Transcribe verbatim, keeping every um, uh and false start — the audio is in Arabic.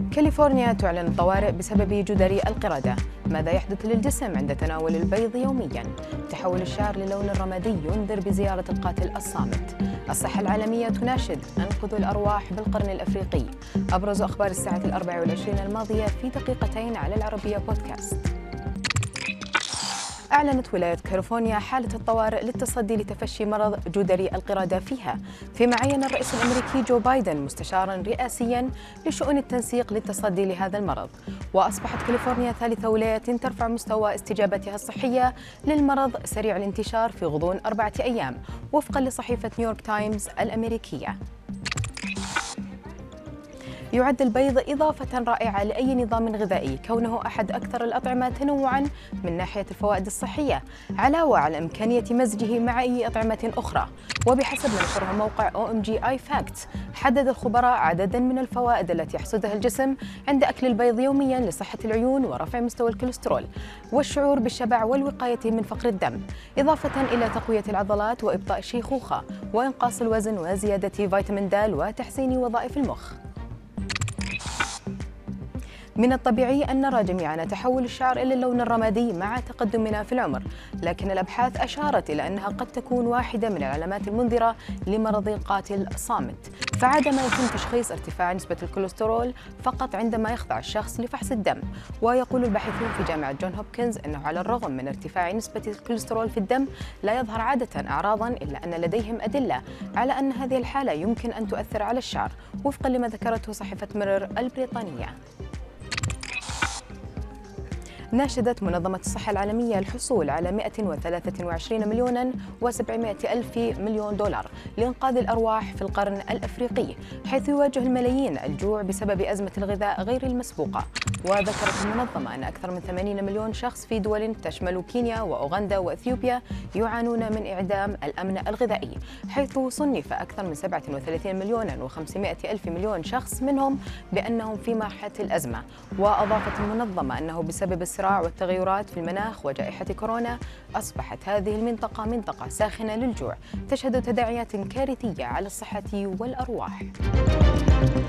كاليفورنيا تعلن الطوارئ بسبب جدري القردة. ماذا يحدث للجسم عند تناول البيض يومياً؟ تحول الشعر للون الرمادي ينذر بزيارة القاتل الصامت. الصحة العالمية تناشد أنقذوا الأرواح بالقرن الأفريقي. أبرز أخبار الساعة الأربع والعشرين الماضية في دقيقتين على العربية بودكاست. أعلنت ولاية كاليفورنيا حالة الطوارئ للتصدي لتفشي مرض جدري القردة فيها، فيما عين الرئيس الأمريكي جو بايدن مستشاراً رئاسياً لشؤون التنسيق للتصدي لهذا المرض. وأصبحت كاليفورنيا ثالث ولاية ترفع مستوى استجابتها الصحية للمرض سريع الانتشار في غضون أربعة أيام، وفقاً لصحيفة نيويورك تايمز الأمريكية. يعد البيض إضافة رائعة لأي نظام غذائي، كونه أحد أكثر الأطعمة تنوعاً من ناحية الفوائد الصحية، علاوة على إمكانية مزجه مع أي أطعمة أخرى. وبحسب ما نشره موقع أو إم جي آي فاكت، حدد الخبراء عدداً من الفوائد التي يحصدها الجسم عند أكل البيض يومياً لصحة العيون ورفع مستوى الكوليسترول والشعور بالشبع والوقاية من فقر الدم، إضافة إلى تقوية العضلات وإبطاء الشيخوخة وإنقاص الوزن وزيادة فيتامين د وتحسين وظائف المخ. من الطبيعي أن نرى جميعا تحول الشعر إلى اللون الرمادي مع تقدمنا في العمر، لكن الأبحاث أشارت إلى أنها قد تكون واحدة من العلامات المنذرة لمرض قاتل صامت. فعادة ما يتم تشخيص ارتفاع نسبة الكوليسترول فقط عندما يخضع الشخص لفحص الدم. ويقول الباحثون في جامعة جون هوبكنز أنه على الرغم من ارتفاع نسبة الكوليسترول في الدم لا يظهر عادة أعراضا، إلا أن لديهم أدلة على أن هذه الحالة يمكن أن تؤثر على الشعر، وفقا لما ذكرته صحيفة ميرور البريطانية. ناشدت منظمة الصحة العالمية الحصول على مئة وثلاثة وعشرين مليوناً وسبعمائة ألف مليون دولار لإنقاذ الأرواح في القرن الأفريقي، حيث يواجه الملايين الجوع بسبب أزمة الغذاء غير المسبوقة. وذكرت المنظمة أن أكثر من ثمانين مليون شخص في دول تشمل كينيا وأوغندا وإثيوبيا يعانون من إعدام الأمن الغذائي، حيث صنف أكثر من سبعة وثلاثين مليوناً وخمسمائة ألف مليون شخص منهم بأنهم في مرحلة الأزمة. وأضافت المنظمة أنه بسبب الصراع والتغيرات في المناخ وجائحة كورونا أصبحت هذه المنطقة منطقة ساخنة للجوع، تشهد تداعيات كارثية على الصحة والأرواح.